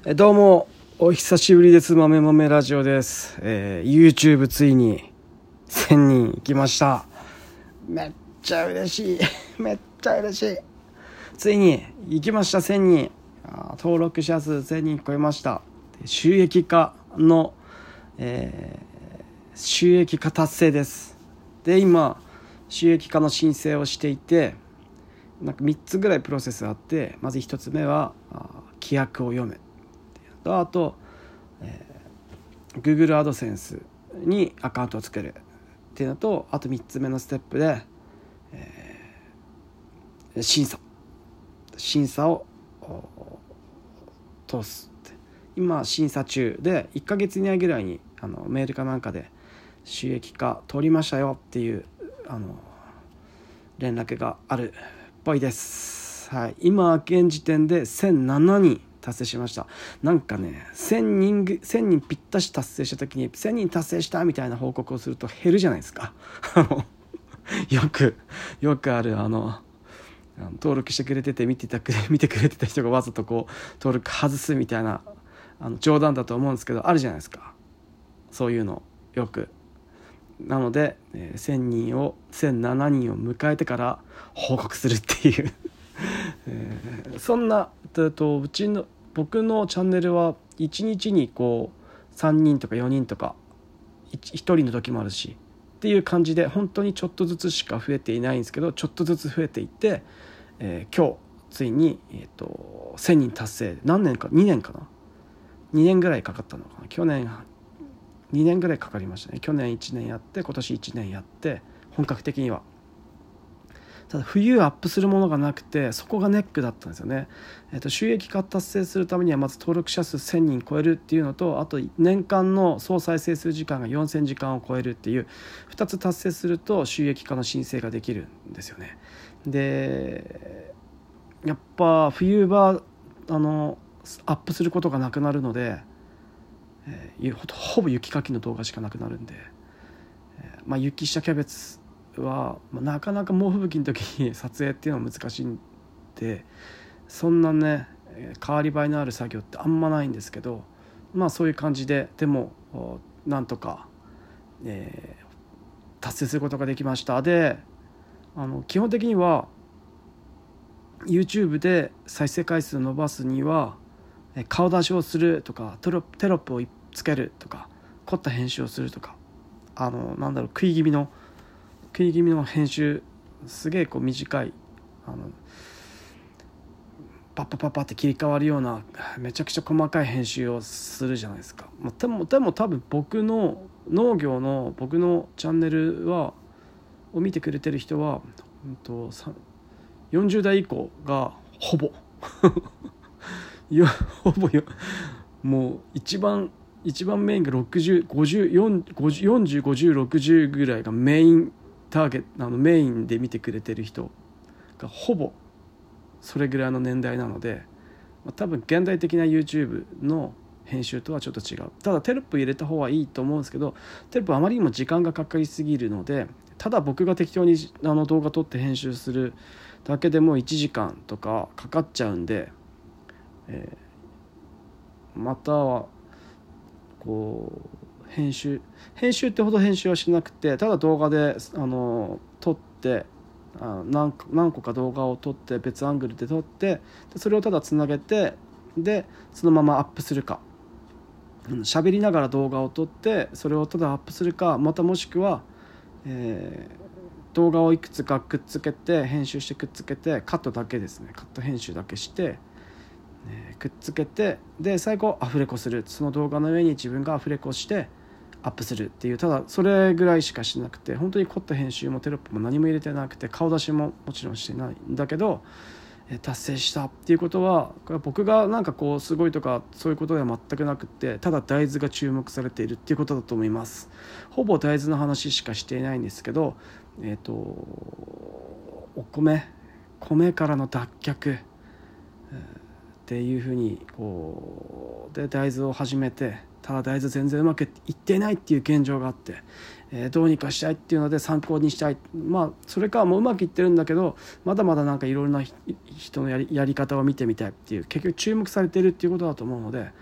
どうもお久しぶりです。豆豆ラジオです。YouTube ついに1000人行きました。めっちゃ嬉しいめっちゃ嬉しい。ついに行きました。1000人登録者数1000人超えました。収益化の、収益化達成です。で今収益化の申請をしていて、なんか3つぐらいプロセスがあって、まず1つ目は規約を読む、あと、Google AdSense にアカウントを作るっていうのと、あと3つ目のステップで、審査を通すって。今審査中で1ヶ月以内ぐらいにメールかなんかで収益化通りましたよっていう連絡があるっぽいです。はい、今現時点で1007人達成しました。なんかね、1000人ぴったし達成した時に1000人達成したみたいな報告をすると減るじゃないですかよくある登録してくれてて見てくれてた人がわざとこう登録外すみたいな冗談だと思うんですけど、あるじゃないですか、そういうのよく。なので、1007人を迎えてから報告するっていうそんな僕のチャンネルは1日にこう3人とか4人とか1人の時もあるしっていう感じで、本当にちょっとずつしか増えていないんですけど、ちょっとずつ増えていって、今日ついに、1000人達成。2年かな、2年ぐらいかかったのかな。去年2年ぐらいかかりましたね。去年1年やって今年1年やって本格的には。ただ冬アップするものがなくて、そこがネックだったんですよね。収益化達成するためにはまず登録者数1000人超えるっていうのと、あと年間の総再生数時間が4000時間を超えるっていう2つ達成すると収益化の申請ができるんですよね。でやっぱ冬はアップすることがなくなるので、ほぼ雪かきの動画しかなくなるんで、雪下キャベツは、なかなか猛吹雪の時に撮影っていうのは難しいんで、そんなね変わり映えのある作業ってあんまないんですけど、そういう感じででもなんとか、達成することができました。で基本的には YouTube で再生回数を伸ばすには顔出しをするとかテロップをつけるとか凝った編集をするとか、食い気味の編集、すげえこう短いパッパって切り替わるようなめちゃくちゃ細かい編集をするじゃないですか。でも多分僕の農業の僕のチャンネルを見てくれてる人は40代以降がほぼもう一番メインが405060ぐらいがメインターゲット、メインで見てくれてる人がほぼそれぐらいの年代なので、多分現代的な YouTube の編集とはちょっと違う。ただテロップ入れた方がいいと思うんですけど、テロップあまりにも時間がかかりすぎるので、ただ僕が適当に動画撮って編集するだけでも1時間とかかかっちゃうんで、またはこう編集ってほど編集はしなくて、ただ動画で撮って何個か動画を撮って別アングルで撮って、でそれをただつなげて、でそのままアップするか、喋りながら動画を撮ってそれをただアップするか、またもしくは、動画をいくつかくっつけて編集してくっつけてカットだけですね、カット編集だけしてくっつけて、で最後アフレコする。その動画の上に自分がアフレコしてアップするっていう、ただそれぐらいしかしなくて、本当に凝った編集もテロップも何も入れてなくて、顔出しももちろんしてないんだけど達成したっていうことは、これは僕がなんかこうすごいとかそういうことでは全くなくて、ただ大豆が注目されているっていうことだと思います。ほぼ大豆の話しかしていないんですけど、米からの脱却、 っていうふうにで大豆を始めて、ただ大豆全然うまくいっていないっていう現状があって、どうにかしたいっていうので参考にしたい、それかもううまくいってるんだけどまだまだなんかいろいろな人のやり方を見てみたいっていう、結局注目されているっていうことだと思うので、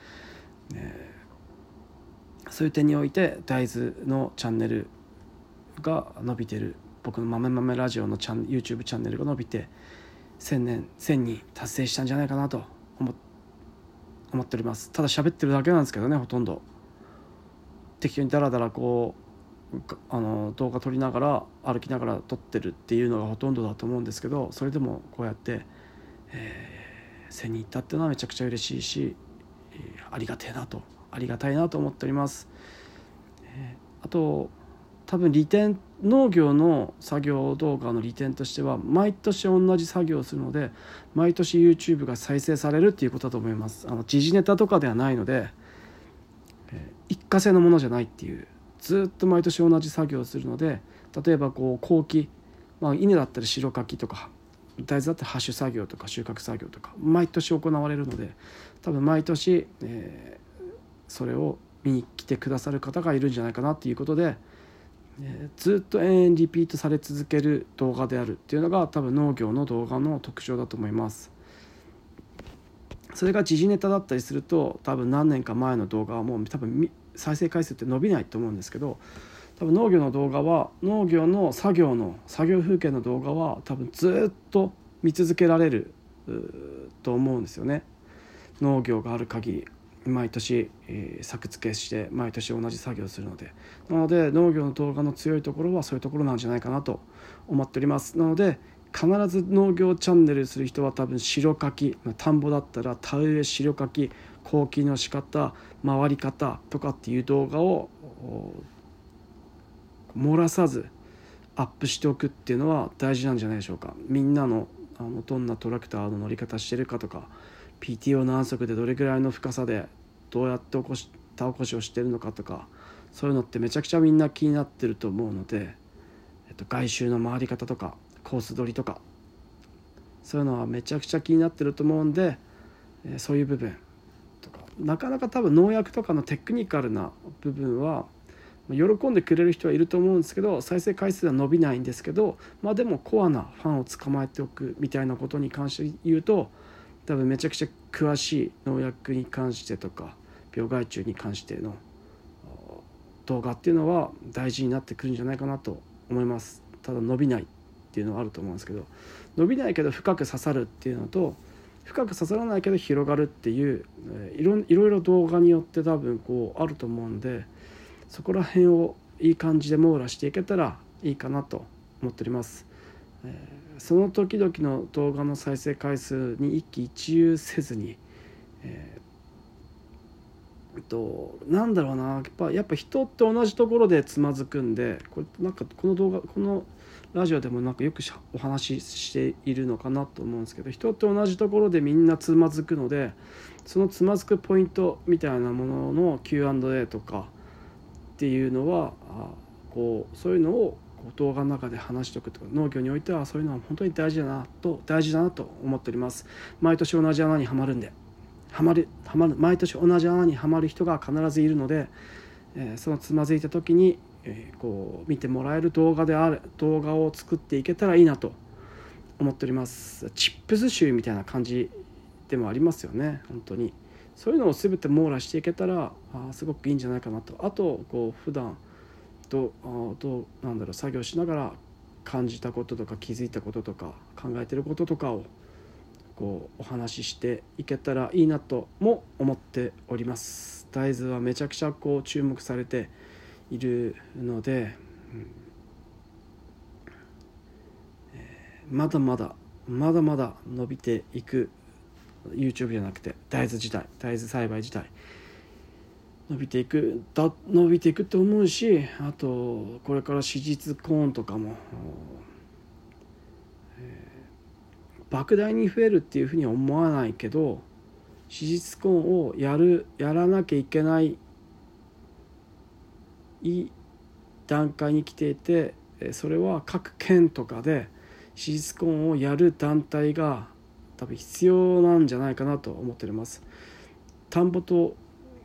そういう点において大豆のチャンネルが伸びてる、僕の豆豆ラジオのYouTube チャンネルが伸びて1000人達成したんじゃないかなと思っております。ただ喋ってるだけなんですけどね、ほとんど適当にダラダラ動画撮りながら歩きながら撮ってるっていうのがほとんどだと思うんですけど、それでもこうやって、1000人いったっていうのはめちゃくちゃ嬉しいし、ありがたいなと思っております。あと多分農業の作業動画の利点としては、毎年同じ作業をするので毎年 YouTube が再生されるっていうことだと思います。時事ネタとかではないので、一過性のものじゃないっていう、ずっと毎年同じ作業をするので、例えば後期、稲だったら白かきとか、大豆だったらハッシュ作業とか収穫作業とか毎年行われるので、多分毎年、それを見に来てくださる方がいるんじゃないかなっていうことで、ずっと延々リピートされ続ける動画であるっていうのが多分農業の動画の特徴だと思います。それが時事ネタだったりすると、多分何年か前の動画はもう多分再生回数って伸びないと思うんですけど、多分農業の動画は、農業の作業風景の動画は多分ずっと見続けられると思うんですよね。農業がある限り毎年、作付けして毎年同じ作業をするので、なので農業の動画の強いところはそういうところなんじゃないかなと思っております。なので必ず農業チャンネルする人は多分白かき、田んぼだったら田植え、白かき、後期の仕方、回り方とかっていう動画を漏らさずアップしておくっていうのは大事なんじゃないでしょうか。みんなのどんなトラクターの乗り方してるかとか、 PTO 何速でどれくらいの深さでどうやって田起こしをしてるのかとか、そういうのってめちゃくちゃみんな気になってると思うので、外周の回り方とかコース取りとか、そういうのはめちゃくちゃ気になってると思うんで、そういう部分とか、なかなか多分農薬とかのテクニカルな部分は喜んでくれる人はいると思うんですけど、再生回数は伸びないんですけど、でもコアなファンを捕まえておくみたいなことに関して言うと、多分めちゃくちゃ詳しい農薬に関してとか病害虫に関しての動画っていうのは大事になってくるんじゃないかなと思います。ただ伸びないっていうのはあると思うんですけど、伸びないけど深く刺さるっていうのと、深く刺さらないけど広がるっていう、いろいろ動画によって多分あると思うんで、そこら辺をいい感じで網羅していけたらいいかなと思っております。その時々の動画の再生回数に一喜一憂せずに、なんだろうな、やっぱ人って同じところでつまずくんで、このラジオでもなんかよくお話ししているのかなと思うんですけど、人って同じところでみんなつまずくので、そのつまずくポイントみたいなものの Q&A とかっていうのはそういうのを動画の中で話しておくとか、農業においてはそういうのは本当に大事だなと思っております。毎年同じ穴にはまるんで、毎年同じ穴にはまる人が必ずいるので、そのつまずいた時に、見てもらえる動画を作っていけたらいいなと思っております。チップス集みたいな感じでもありますよね。本当にそういうのを全て網羅していけたらすごくいいんじゃないかなと。あと普段作業しながら感じたこととか気づいたこととか考えてることとかをお話ししていけたらいいなとも思っております。大豆はめちゃくちゃ注目されているので、まだまだ伸びていく、 YouTube じゃなくて大豆栽培自体伸びていくと思うし、あとこれから史実コーンとかも莫大に増えるっていうふうには思わないけど、史実コーンをやらなきゃいけない段階に来ていて、それは各県とかで史実コーンをやる団体が多分必要なんじゃないかなと思っております。田んぼと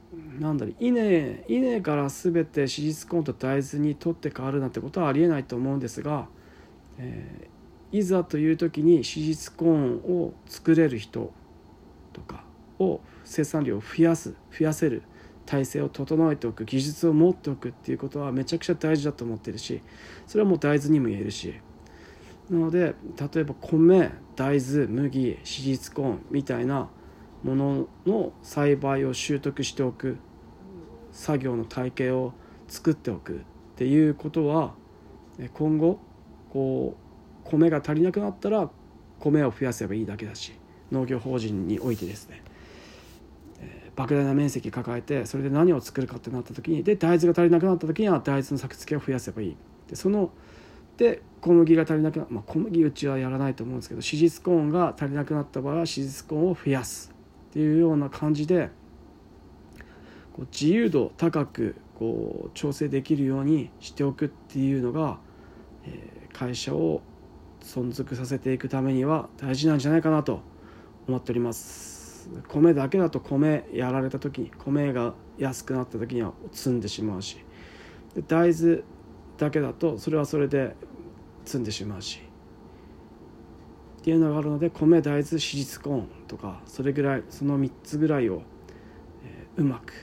稲から全てシジスコーンと大豆に取って変わるなんてことはありえないと思うんですが、いざという時にシジスコーンを作れる人とかを生産量を増やせる体制を整えておく、技術を持っておくっていうことはめちゃくちゃ大事だと思ってるし、それはもう大豆にも言えるし、なので例えば米、大豆、麦、シジスコーンみたいなものの栽培を習得しておく、作業の体系を作っておくっていうことは、今後米が足りなくなったら米を増やせばいいだけだし、農業法人においてですね、莫大な面積抱えてそれで何を作るかってなった時に、で大豆が足りなくなった時には大豆の作付けを増やせばいい。で小麦が足りなくな小麦うちはやらないと思うんですけど、シジスコーンが足りなくなった場合はシジスコーンを増やすっていうような感じで、自由度高く調整できるようにしておくっていうのが、会社を存続させていくためには大事なんじゃないかなと思っております。米だけだと米やられた時に、米が安くなった時には積んでしまうし、で大豆だけだとそれはそれで積んでしまうしっていうのがあるので、米、大豆、シジスコーンとかその3つぐらいを、うまく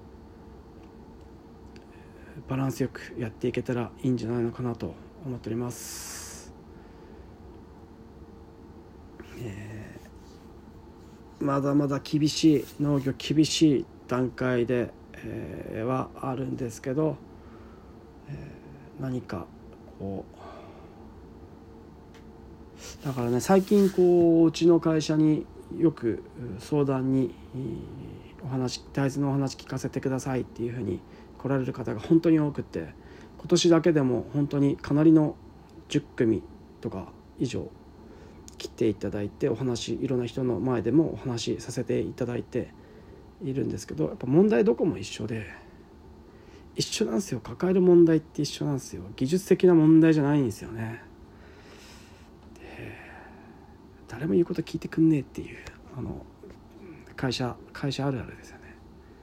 バランスよくやっていけたらいいんじゃないのかなと思っております。まだまだ農業厳しい段階で、はあるんですけど、何かだからね、最近うちの会社によく相談に大豆のお話聞かせてくださいっていうふうに来られる方が本当に多くて、今年だけでも本当にかなりの10組とか以上来ていただいて、いろんな人の前でもお話しさせていただいているんですけど、やっぱ問題どこも一緒なんですよ。抱える問題って一緒なんですよ。技術的な問題じゃないんですよね。誰も言うこと聞いてくんねえっていう会社あるあるですよね。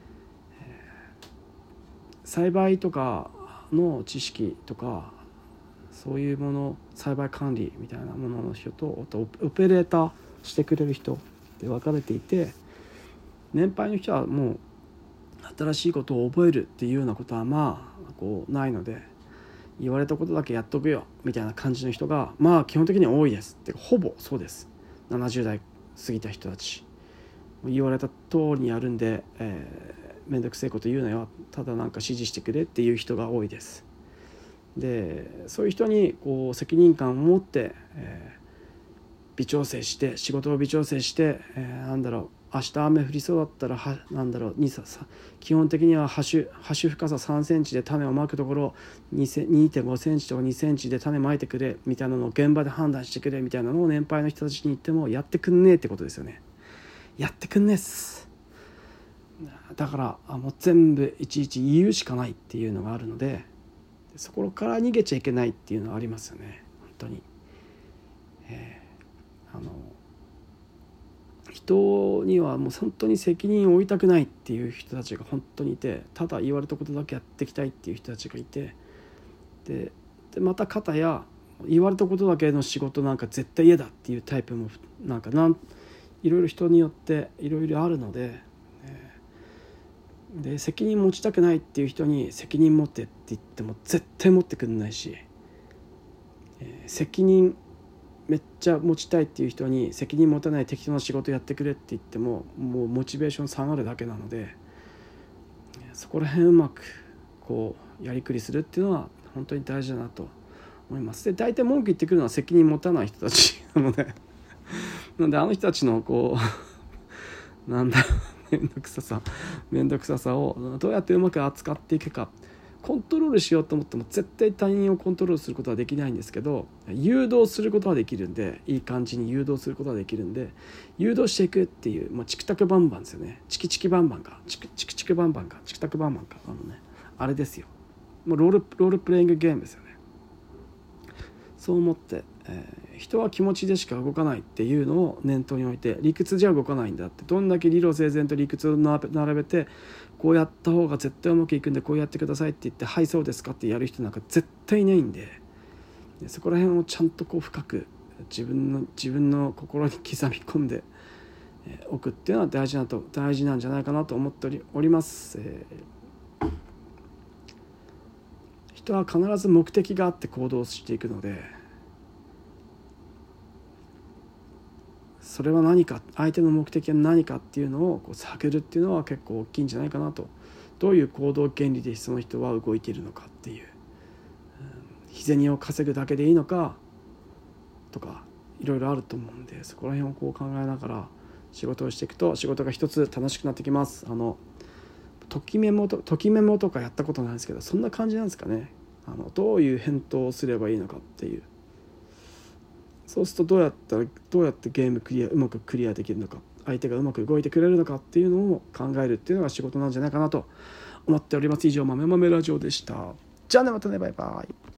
栽培とかの知識とかそういうもの、栽培管理みたいなものの人と、あとオペレーターしてくれる人で分かれていて、年配の人はもう新しいことを覚えるっていうようなことはないので、言われたことだけやっとくよみたいな感じの人が基本的には多いです。ってかほぼそうです。70代過ぎた人たち、言われた通りにやるんで、めんどくせえこと言うなよ、ただなんか指示してくれっていう人が多いです。でそういう人に責任感を持って、仕事を微調整して、明日雨降りそうだったら基本的にはハッシュ深さ3センチで種をまくところ 2.5 センチとか2センチで種まいてくれみたいなのを現場で判断してくれみたいなのを年配の人たちに言ってもやってくんねえってことですよね。やってくんねえっす。だからもう全部いちいち言うしかないっていうのがあるので、そこから逃げちゃいけないっていうのはありますよね。本当に、人にはもう本当に責任を負いたくないっていう人たちが本当にいて、ただ言われたことだけやっていきたいっていう人たちがいて、でまた片や言われたことだけの仕事なんか絶対嫌だっていうタイプもいろいろ人によっていろいろあるので、で責任持ちたくないっていう人に責任持ってって言っても絶対持ってくんないし、責任めっちゃ持ちたいっていう人に責任持たない適当な仕事やってくれって言ってももうモチベーション下がるだけなので、そこら辺うまくやりくりするっていうのは本当に大事だなと思います。で大体文句言ってくるのは責任持たない人たちなのでなんであの人たちのめんどくささをどうやってうまく扱っていくか、コントロールしようと思っても絶対他人をコントロールすることはできないんですけど、誘導することはできるんで、いい感じに誘導することはできるんで、誘導していくっていう、チクタクバンバンですよね。チクバンバンかチクバンバンかチクタクバンバンかあれですよ。もうロールプレイングゲームですよね。そう思って、 人は気持ちでしか動かないっていうのを念頭に置いて、理屈じゃ動かないんだって、どんだけ理路整然と理屈を並べてこうやった方が絶対うまくいくんでこうやってくださいって言ってはいそうですかってやる人なんか絶対いないんで、そこら辺をちゃんとこう深く自分の心に刻み込んでおくっていうのは大事なんじゃないかなと思っております。人は必ず目的があって行動していくので、それは何か、相手の目的は何かっていうのをこう探るっていうのは結構大きいんじゃないかなと。どういう行動原理でその人は動いているのかっていう、日銭を稼ぐだけでいいのかとかいろいろあると思うんで、そこら辺をこう考えながら仕事をしていくと仕事が一つ楽しくなってきます。ときメモとかやったことないんですけど、そんな感じなんですかね。どういう返答をすればいいのかっていう、そうするとどうやってゲームうまくクリアできるのか、相手がうまく動いてくれるのかっていうのを考えるっていうのが仕事なんじゃないかなと思っております。以上、豆豆ラジオでした。じゃあね、またね、バイバイ。